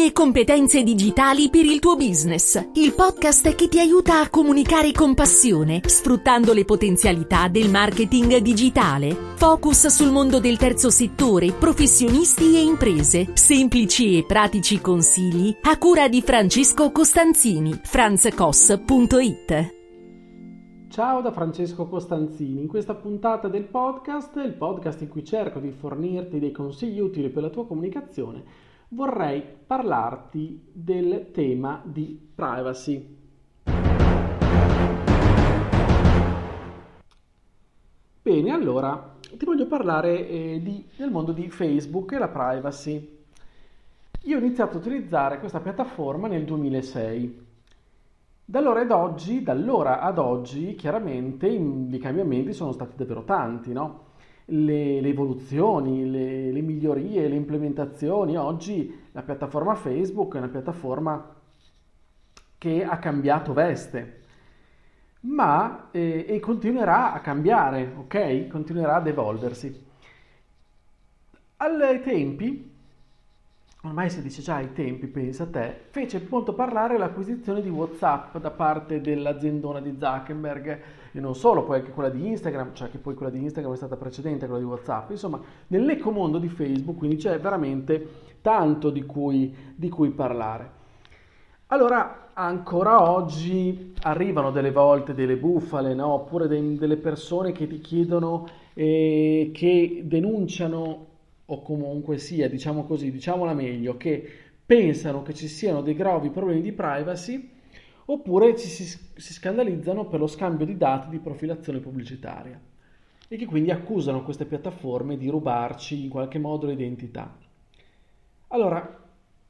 e competenze digitali per il tuo business. Il podcast che ti aiuta a comunicare con passione, sfruttando le potenzialità del marketing digitale. Focus sul mondo del terzo settore, professionisti e imprese. Semplici e pratici consigli a cura di Francesco Costanzini, franzcos.it. Ciao da Francesco Costanzini. In questa puntata del podcast, il podcast in cui cerco di fornirti dei consigli utili per la tua comunicazione, vorrei parlarti del tema di privacy. Bene, allora ti voglio parlare del mondo di Facebook e la privacy. Io ho iniziato a utilizzare questa piattaforma nel 2006. Dall'ora ad oggi, chiaramente i cambiamenti sono stati davvero tanti, no? Le evoluzioni, le migliorie, le implementazioni. Oggi la piattaforma Facebook è una piattaforma che ha cambiato veste, ma e continuerà a cambiare, ok? Continuerà ad evolversi. Ai tempi, ormai si dice già ai tempi, pensa a te, fece molto parlare l'acquisizione di WhatsApp da parte dell'aziendona di Zuckerberg, e non solo, poi anche quella di Instagram, cioè che poi quella di Instagram è stata precedente a quella di WhatsApp. Insomma, nell'ecomondo di Facebook, quindi c'è veramente tanto di cui parlare. Allora, ancora oggi arrivano delle volte delle bufale, no? Oppure delle persone che ti chiedono, che denunciano, o comunque sia, diciamo così, diciamola meglio, che pensano che ci siano dei gravi problemi di privacy, oppure si scandalizzano per lo scambio di dati di profilazione pubblicitaria e che quindi accusano queste piattaforme di rubarci in qualche modo l'identità. Allora,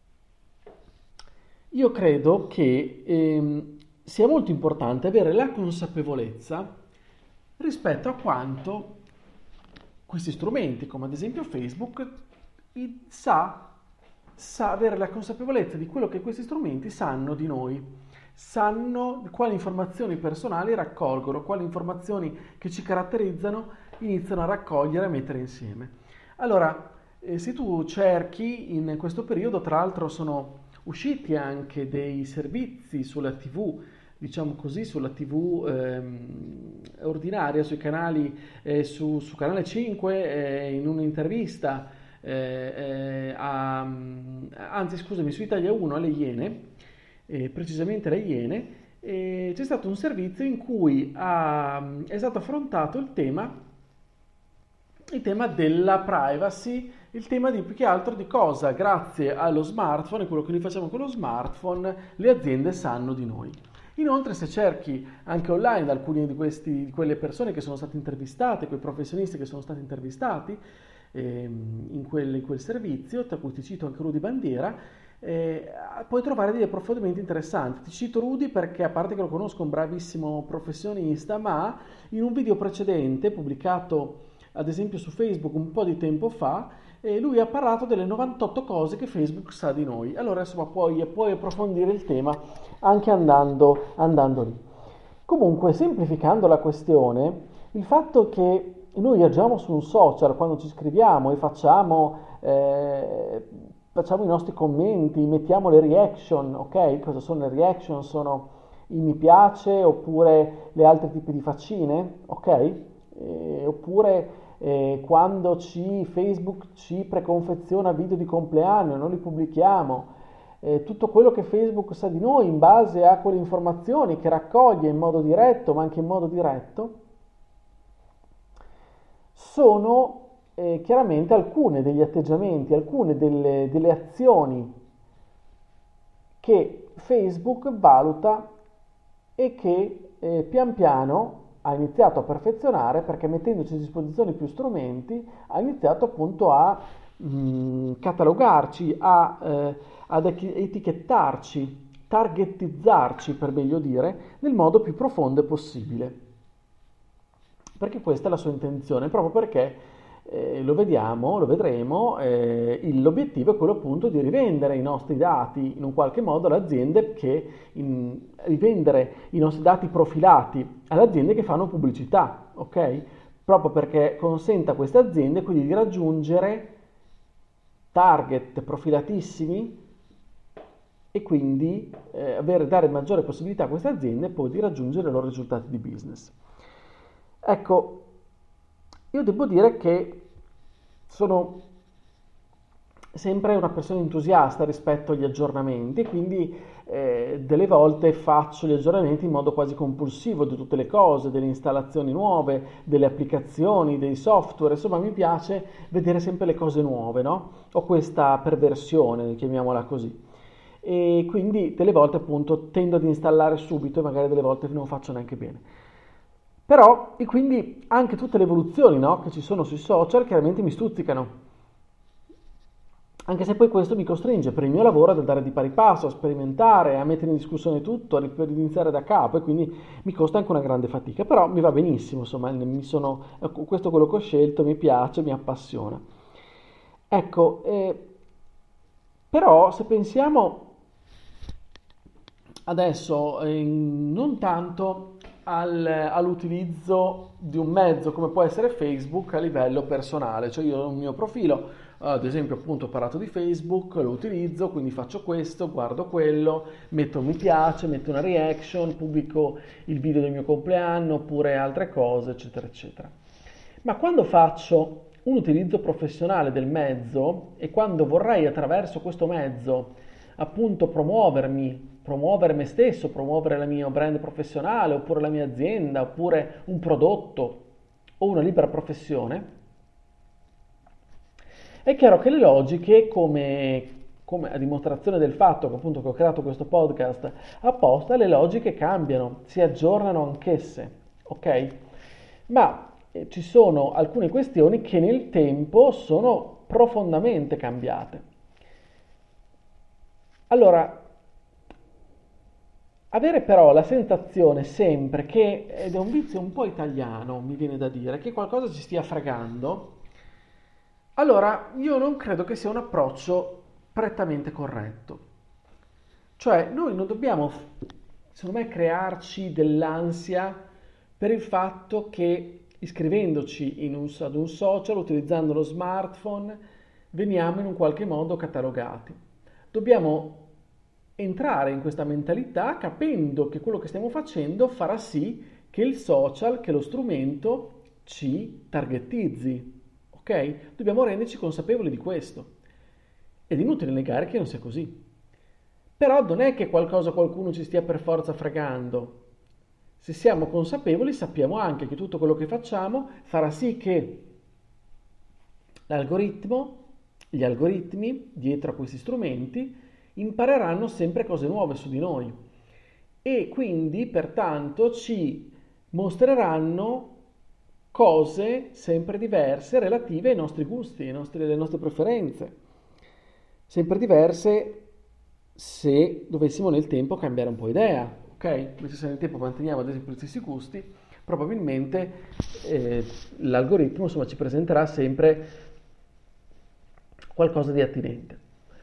io credo che sia molto importante avere la consapevolezza rispetto a quanto questi strumenti, come ad esempio Facebook, sa avere la consapevolezza di quello che questi strumenti sanno di noi, sanno quali informazioni personali raccolgono, quali informazioni che ci caratterizzano iniziano a raccogliere e a mettere insieme. Allora, se tu cerchi in questo periodo, tra l'altro sono usciti anche dei servizi sulla TV, diciamo così, sulla TV ordinaria, sui canali, su Canale 5, in un'intervista, su Italia 1 alle Iene, precisamente alle Iene, c'è stato un servizio in cui è stato affrontato il tema della privacy, il tema di più che altro di cosa, grazie allo smartphone e quello che noi facciamo con lo smartphone, le aziende sanno di noi. Inoltre, se cerchi anche online da alcuni di quelle persone che sono state intervistate, quei professionisti che sono stati intervistati in quel servizio, tra cui ti cito anche Rudy Bandiera, puoi trovare degli approfondimenti interessanti. Ti cito Rudy perché, a parte che lo conosco, è un bravissimo professionista, ma in un video precedente pubblicato ad esempio su Facebook un po' di tempo fa, lui ha parlato delle 98 cose che Facebook sa di noi. Allora insomma puoi approfondire il tema anche andando lì. Comunque, semplificando la questione, il fatto che noi agiamo su un social quando ci scriviamo e facciamo i nostri commenti, mettiamo le reaction, ok? Cosa sono le reaction? Sono i mi piace oppure le altre tipi di faccine, ok? Oppure quando Facebook ci preconfeziona video di compleanno e non li pubblichiamo, tutto quello che Facebook sa di noi in base a quelle informazioni che raccoglie in modo diretto ma anche in modo diretto, sono chiaramente alcune degli atteggiamenti, alcune delle azioni che Facebook valuta e che pian piano ha iniziato a perfezionare, perché mettendoci a disposizione più strumenti ha iniziato appunto a catalogarci, ad etichettarci, targetizzarci per meglio dire, nel modo più profondo possibile. Perché questa è la sua intenzione, proprio perché lo vedremo, l'obiettivo è quello appunto di rivendere i nostri dati in un qualche modo alle aziende rivendere i nostri dati profilati alle aziende che fanno pubblicità, ok? Proprio perché consente a queste aziende quindi di raggiungere target profilatissimi e quindi dare maggiore possibilità a queste aziende poi di raggiungere i loro risultati di business. Ecco, io devo dire che sono sempre una persona entusiasta rispetto agli aggiornamenti, quindi delle volte faccio gli aggiornamenti in modo quasi compulsivo di tutte le cose, delle installazioni nuove, delle applicazioni, dei software, insomma mi piace vedere sempre le cose nuove, no? Ho questa perversione, chiamiamola così. E quindi delle volte appunto tendo ad installare subito e magari delle volte non faccio neanche bene. Però, e quindi anche tutte le evoluzioni, no, che ci sono sui social chiaramente mi stuzzicano. Anche se poi questo mi costringe per il mio lavoro ad andare di pari passo, a sperimentare, a mettere in discussione tutto, a iniziare da capo e quindi mi costa anche una grande fatica, però mi va benissimo, insomma, questo è quello che ho scelto, mi piace, mi appassiona. Ecco, però se pensiamo adesso non tanto all'utilizzo di un mezzo come può essere Facebook a livello personale, cioè io ho un mio profilo, ad esempio appunto ho parlato di Facebook, lo utilizzo, quindi faccio questo, guardo quello, metto un mi piace, metto una reaction, pubblico il video del mio compleanno oppure altre cose, eccetera, eccetera. Ma quando faccio un utilizzo professionale del mezzo e quando vorrei attraverso questo mezzo appunto promuovere me stesso, promuovere il mio brand professionale oppure la mia azienda oppure un prodotto o una libera professione, è chiaro che le logiche, come a dimostrazione del fatto che appunto che ho creato questo podcast apposta, le logiche cambiano, si aggiornano anch'esse, ok? Ma ci sono alcune questioni che nel tempo sono profondamente cambiate. Allora, avere però la sensazione sempre che, ed è un vizio un po' italiano, mi viene da dire, che qualcosa ci stia fregando, allora io non credo che sia un approccio prettamente corretto. Cioè, noi non dobbiamo, secondo me, crearci dell'ansia per il fatto che iscrivendoci ad un social, utilizzando lo smartphone, veniamo in un qualche modo catalogati. Dobbiamo entrare in questa mentalità capendo che quello che stiamo facendo farà sì che il social, che lo strumento ci targettizzi, ok? Dobbiamo renderci consapevoli di questo. Ed è inutile negare che non sia così. Però non è che qualcuno ci stia per forza fregando. Se siamo consapevoli sappiamo anche che tutto quello che facciamo farà sì che gli algoritmi dietro a questi strumenti impareranno sempre cose nuove su di noi e quindi pertanto ci mostreranno cose sempre diverse relative ai nostri gusti, alle nostre preferenze, sempre diverse se dovessimo nel tempo cambiare un po' idea, ok? Invece se nel tempo manteniamo ad esempio gli stessi gusti, probabilmente l'algoritmo insomma ci presenterà sempre qualcosa di attinente.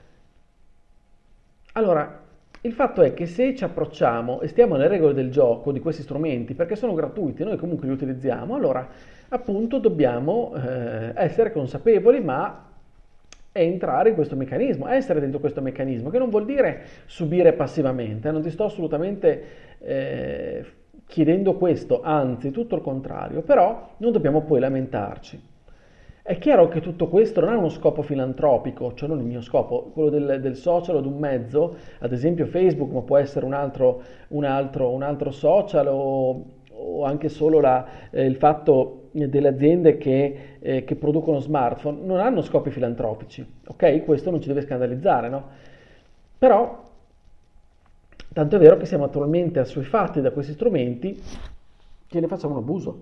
Allora, il fatto è che se ci approcciamo e stiamo alle regole del gioco di questi strumenti, perché sono gratuiti, noi comunque li utilizziamo, allora appunto dobbiamo essere consapevoli, ma entrare in questo meccanismo, essere dentro questo meccanismo, che non vuol dire subire passivamente, non ti sto assolutamente chiedendo questo, anzi tutto il contrario, però non dobbiamo poi lamentarci. È chiaro che tutto questo non ha uno scopo filantropico, cioè non il mio scopo, quello del social o di un mezzo, ad esempio Facebook, ma può essere un altro social o anche solo il fatto delle aziende che producono smartphone, non hanno scopi filantropici, ok? Questo non ci deve scandalizzare, no? Però, tanto è vero che siamo attualmente assuefatti da questi strumenti che ne facciamo un abuso.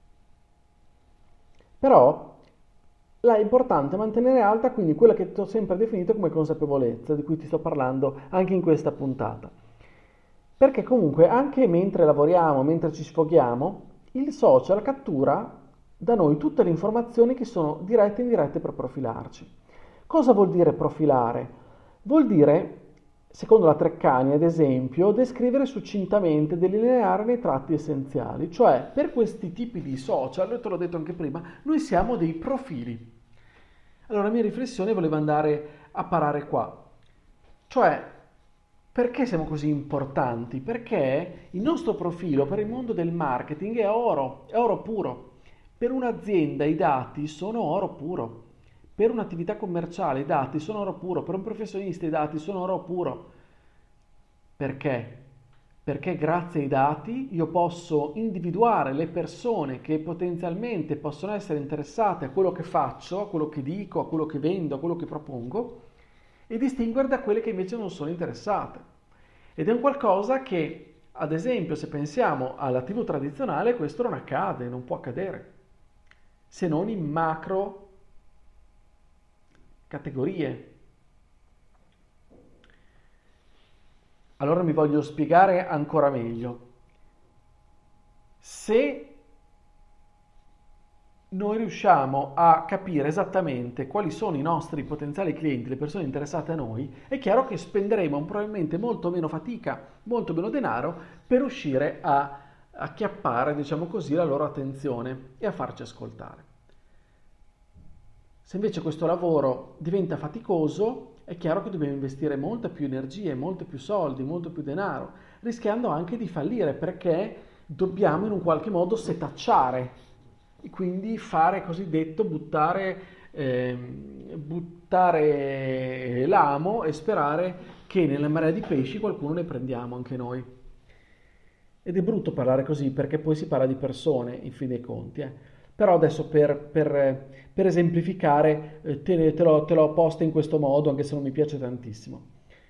Però là è importante mantenere alta quindi quella che ti ho sempre definito come consapevolezza, di cui ti sto parlando anche in questa puntata. Perché comunque anche mentre lavoriamo, mentre ci sfoghiamo, il social cattura da noi tutte le informazioni che sono dirette e indirette per profilarci. Cosa vuol dire profilare? Vuol dire, secondo la Treccani ad esempio, descrivere succintamente, delineare nei tratti essenziali. Cioè, per questi tipi di social, io te l'ho detto anche prima, noi siamo dei profili. Allora la mia riflessione voleva andare a parare qua. Cioè, Perché siamo così importanti? Perché il nostro profilo per il mondo del marketing è oro puro. Per un'azienda i dati sono oro puro. Per un'attività commerciale i dati sono oro puro. Per un professionista i dati sono oro puro. Perché? Perché grazie ai dati io posso individuare le persone che potenzialmente possono essere interessate a quello che faccio, a quello che dico, a quello che vendo, a quello che propongo, e distinguere da quelle che invece non sono interessate. Ed è un qualcosa che, ad esempio, se pensiamo alla TV tradizionale, questo non accade, non può accadere, se non in macro categorie. Allora mi voglio spiegare ancora meglio. Se noi riusciamo a capire esattamente quali sono i nostri potenziali clienti, le persone interessate a noi, è chiaro che spenderemo probabilmente molto meno fatica, molto meno denaro per riuscire a acchiappare, diciamo così, la loro attenzione e a farci ascoltare. Se invece questo lavoro diventa faticoso, è chiaro che dobbiamo investire molta più energie, molto più soldi, molto più denaro, rischiando anche di fallire perché dobbiamo in un qualche modo setacciare e quindi fare cosiddetto buttare l'amo e sperare che nella marea di pesci qualcuno ne prendiamo anche noi. Ed è brutto parlare così perché poi si parla di persone in fin dei conti. Però adesso per esemplificare te l'ho posta in questo modo, anche se non mi piace tantissimo.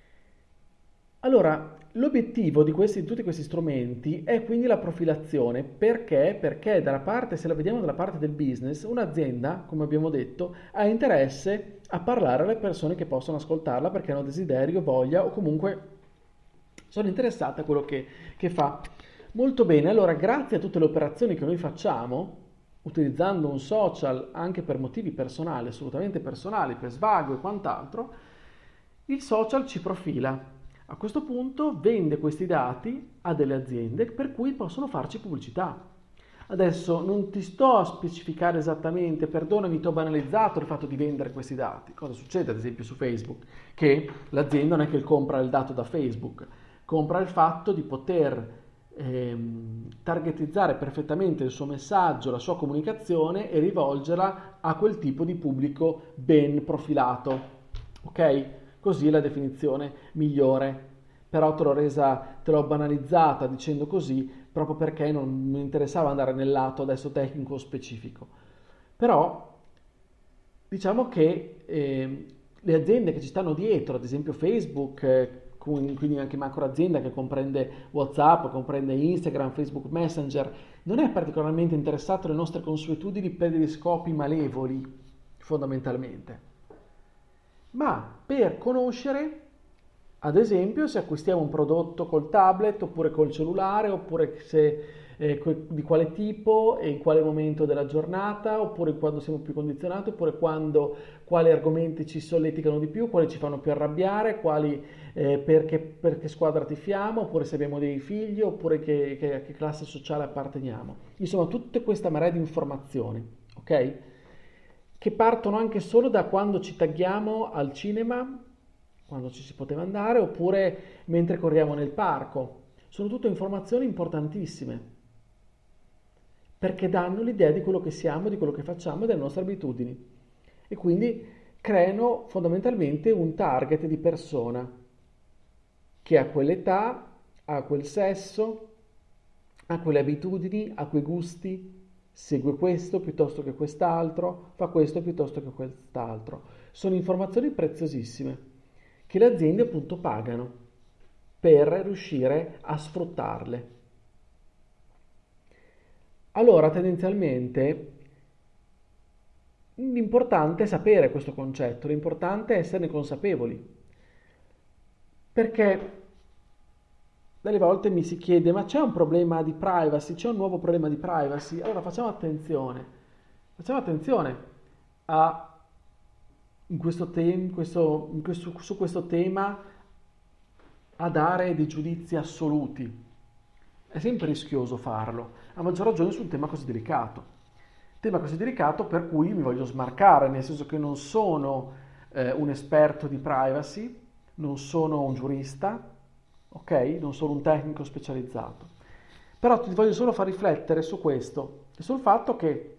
Allora, l'obiettivo di tutti questi strumenti è quindi la profilazione. Perché? Perché dalla parte, se la vediamo dalla parte del business, un'azienda, come abbiamo detto, ha interesse a parlare alle persone che possono ascoltarla perché hanno desiderio, voglia o comunque sono interessate a quello che fa. Molto bene, allora grazie a tutte le operazioni che noi facciamo, utilizzando un social anche per motivi personali, assolutamente personali, per svago e quant'altro, il social ci profila. A questo punto vende questi dati a delle aziende per cui possono farci pubblicità. Adesso non ti sto a specificare esattamente, perdonami, ti ho banalizzato il fatto di vendere questi dati. Cosa succede ad esempio su Facebook? Che l'azienda non è che compra il dato da Facebook, compra il fatto di poter targetizzare perfettamente il suo messaggio, la sua comunicazione e rivolgerla a quel tipo di pubblico ben profilato. Ok? Così è la definizione migliore. Però te l'ho banalizzata dicendo così proprio perché non mi interessava andare nel lato adesso tecnico specifico. Però diciamo che le aziende che ci stanno dietro, ad esempio Facebook, quindi anche macro azienda che comprende WhatsApp, comprende Instagram, Facebook Messenger, non è particolarmente interessato alle nostre consuetudini per degli scopi malevoli, fondamentalmente, ma per conoscere, ad esempio, se acquistiamo un prodotto col tablet oppure col cellulare, oppure di quale tipo e in quale momento della giornata, oppure quando siamo più condizionati, oppure quali argomenti ci solleticano di più, quali ci fanno più arrabbiare, perché squadra tifiamo, oppure se abbiamo dei figli, oppure che classe sociale apparteniamo. Insomma, tutta questa marea di informazioni, ok? Che partono anche solo da quando ci tagghiamo al cinema, quando ci si poteva andare, oppure mentre corriamo nel parco. Sono tutte informazioni importantissime, perché danno l'idea di quello che siamo, di quello che facciamo e delle nostre abitudini. E quindi creano fondamentalmente un target di persona che ha quell'età, ha quel sesso, ha quelle abitudini, ha quei gusti, segue questo piuttosto che quest'altro, fa questo piuttosto che quest'altro. Sono informazioni preziosissime che le aziende appunto pagano per riuscire a sfruttarle. Allora, tendenzialmente, l'importante è sapere questo concetto, l'importante è esserne consapevoli, perché delle volte mi si chiede, ma c'è un problema di privacy, c'è un nuovo problema di privacy? Allora facciamo attenzione su questo tema a dare dei giudizi assoluti. È sempre rischioso farlo, a maggior ragione su un tema così delicato. Tema così delicato per cui mi voglio smarcare, nel senso che non sono un esperto di privacy, non sono un giurista, ok? Non sono un tecnico specializzato. Però ti voglio solo far riflettere su questo e sul fatto che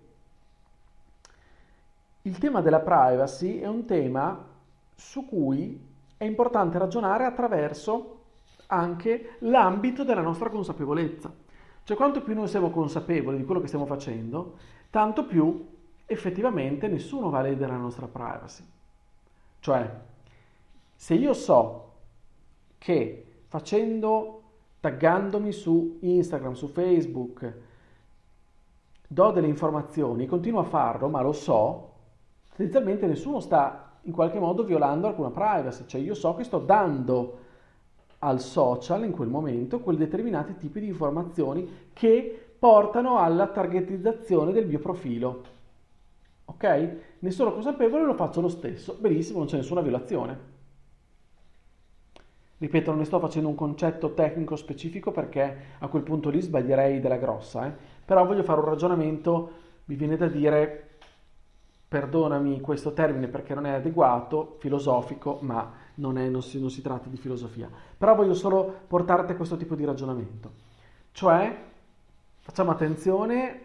il tema della privacy è un tema su cui è importante ragionare attraverso anche l'ambito della nostra consapevolezza. Cioè, quanto più noi siamo consapevoli di quello che stiamo facendo, tanto più effettivamente nessuno va a ledere la nostra privacy. Cioè, se io so che taggandomi su Instagram, su Facebook, do delle informazioni, continuo a farlo, ma lo so, tendenzialmente nessuno sta in qualche modo violando alcuna privacy, cioè io so che sto dando al social in quel momento quei determinati tipi di informazioni che portano alla targetizzazione del mio profilo. Ok? Ne sono consapevole e lo faccio lo stesso. Benissimo, non c'è nessuna violazione. Ripeto, non ne sto facendo un concetto tecnico specifico perché a quel punto lì sbaglierei della grossa, Però voglio fare un ragionamento, mi viene da dire, perdonami questo termine perché non è adeguato, filosofico, ma non si tratta di filosofia. Però voglio solo portarti a questo tipo di ragionamento. Cioè, facciamo attenzione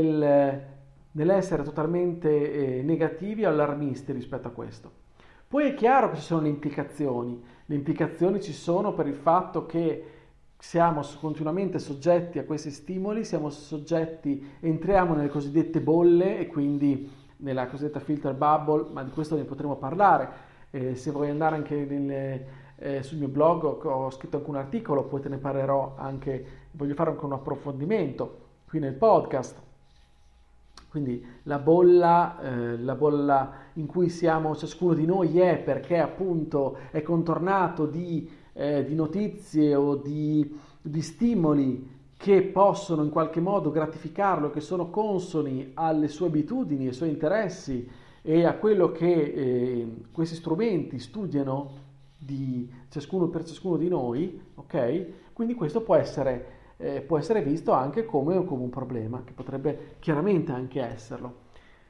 nell'essere totalmente negativi o allarmisti rispetto a questo. Poi è chiaro che ci sono le implicazioni. Le implicazioni ci sono per il fatto che siamo continuamente soggetti a questi stimoli, entriamo nelle cosiddette bolle e quindi nella cosiddetta filter bubble, ma di questo ne potremo parlare. Se vuoi andare anche sul mio blog ho scritto anche un articolo, poi te ne parlerò anche, voglio fare anche un approfondimento qui nel podcast. Quindi la bolla in cui siamo ciascuno di noi è perché appunto è contornato di notizie o di stimoli che possono in qualche modo gratificarlo, che sono consoni alle sue abitudini, ai suoi interessi e a quello che questi strumenti studiano per ciascuno di noi, ok? Quindi questo può essere visto anche come un problema, che potrebbe chiaramente anche esserlo.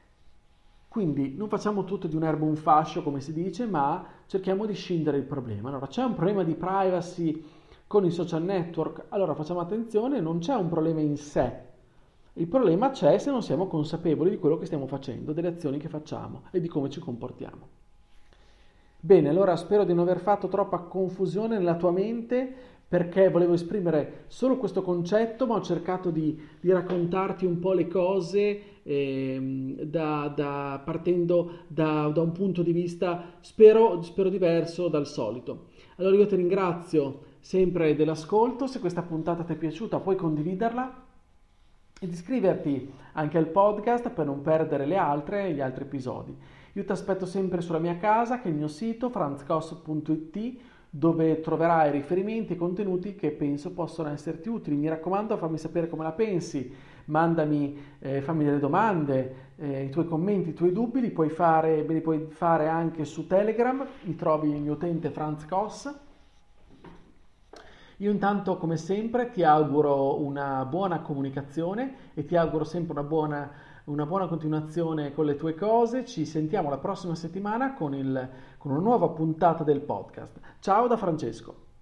Quindi non facciamo tutto di un'erba un fascio, come si dice, ma cerchiamo di scindere il problema. Allora, c'è un problema di privacy con i social network? Allora facciamo attenzione, non c'è un problema in sé. Il problema c'è se non siamo consapevoli di quello che stiamo facendo, delle azioni che facciamo e di come ci comportiamo. Bene, allora spero di non aver fatto troppa confusione nella tua mente, perché volevo esprimere solo questo concetto, ma ho cercato di raccontarti un po' le cose partendo da un punto di vista, spero diverso dal solito. Allora io ti ringrazio sempre dell'ascolto, se questa puntata ti è piaciuta puoi condividerla ed iscriverti anche al podcast per non perdere gli altri episodi. Io ti aspetto sempre sulla mia casa, che è il mio sito franzcos.it, dove troverai riferimenti e contenuti che penso possono esserti utili. Mi raccomando, fammi sapere come la pensi, fammi delle domande, i tuoi commenti, i tuoi dubbi, me li puoi fare anche su Telegram, mi trovi il mio utente Franz Cos. Io intanto, come sempre, ti auguro una buona comunicazione e ti auguro sempre una buona continuazione con le tue cose. Ci sentiamo la prossima settimana con una nuova puntata del podcast. Ciao da Francesco.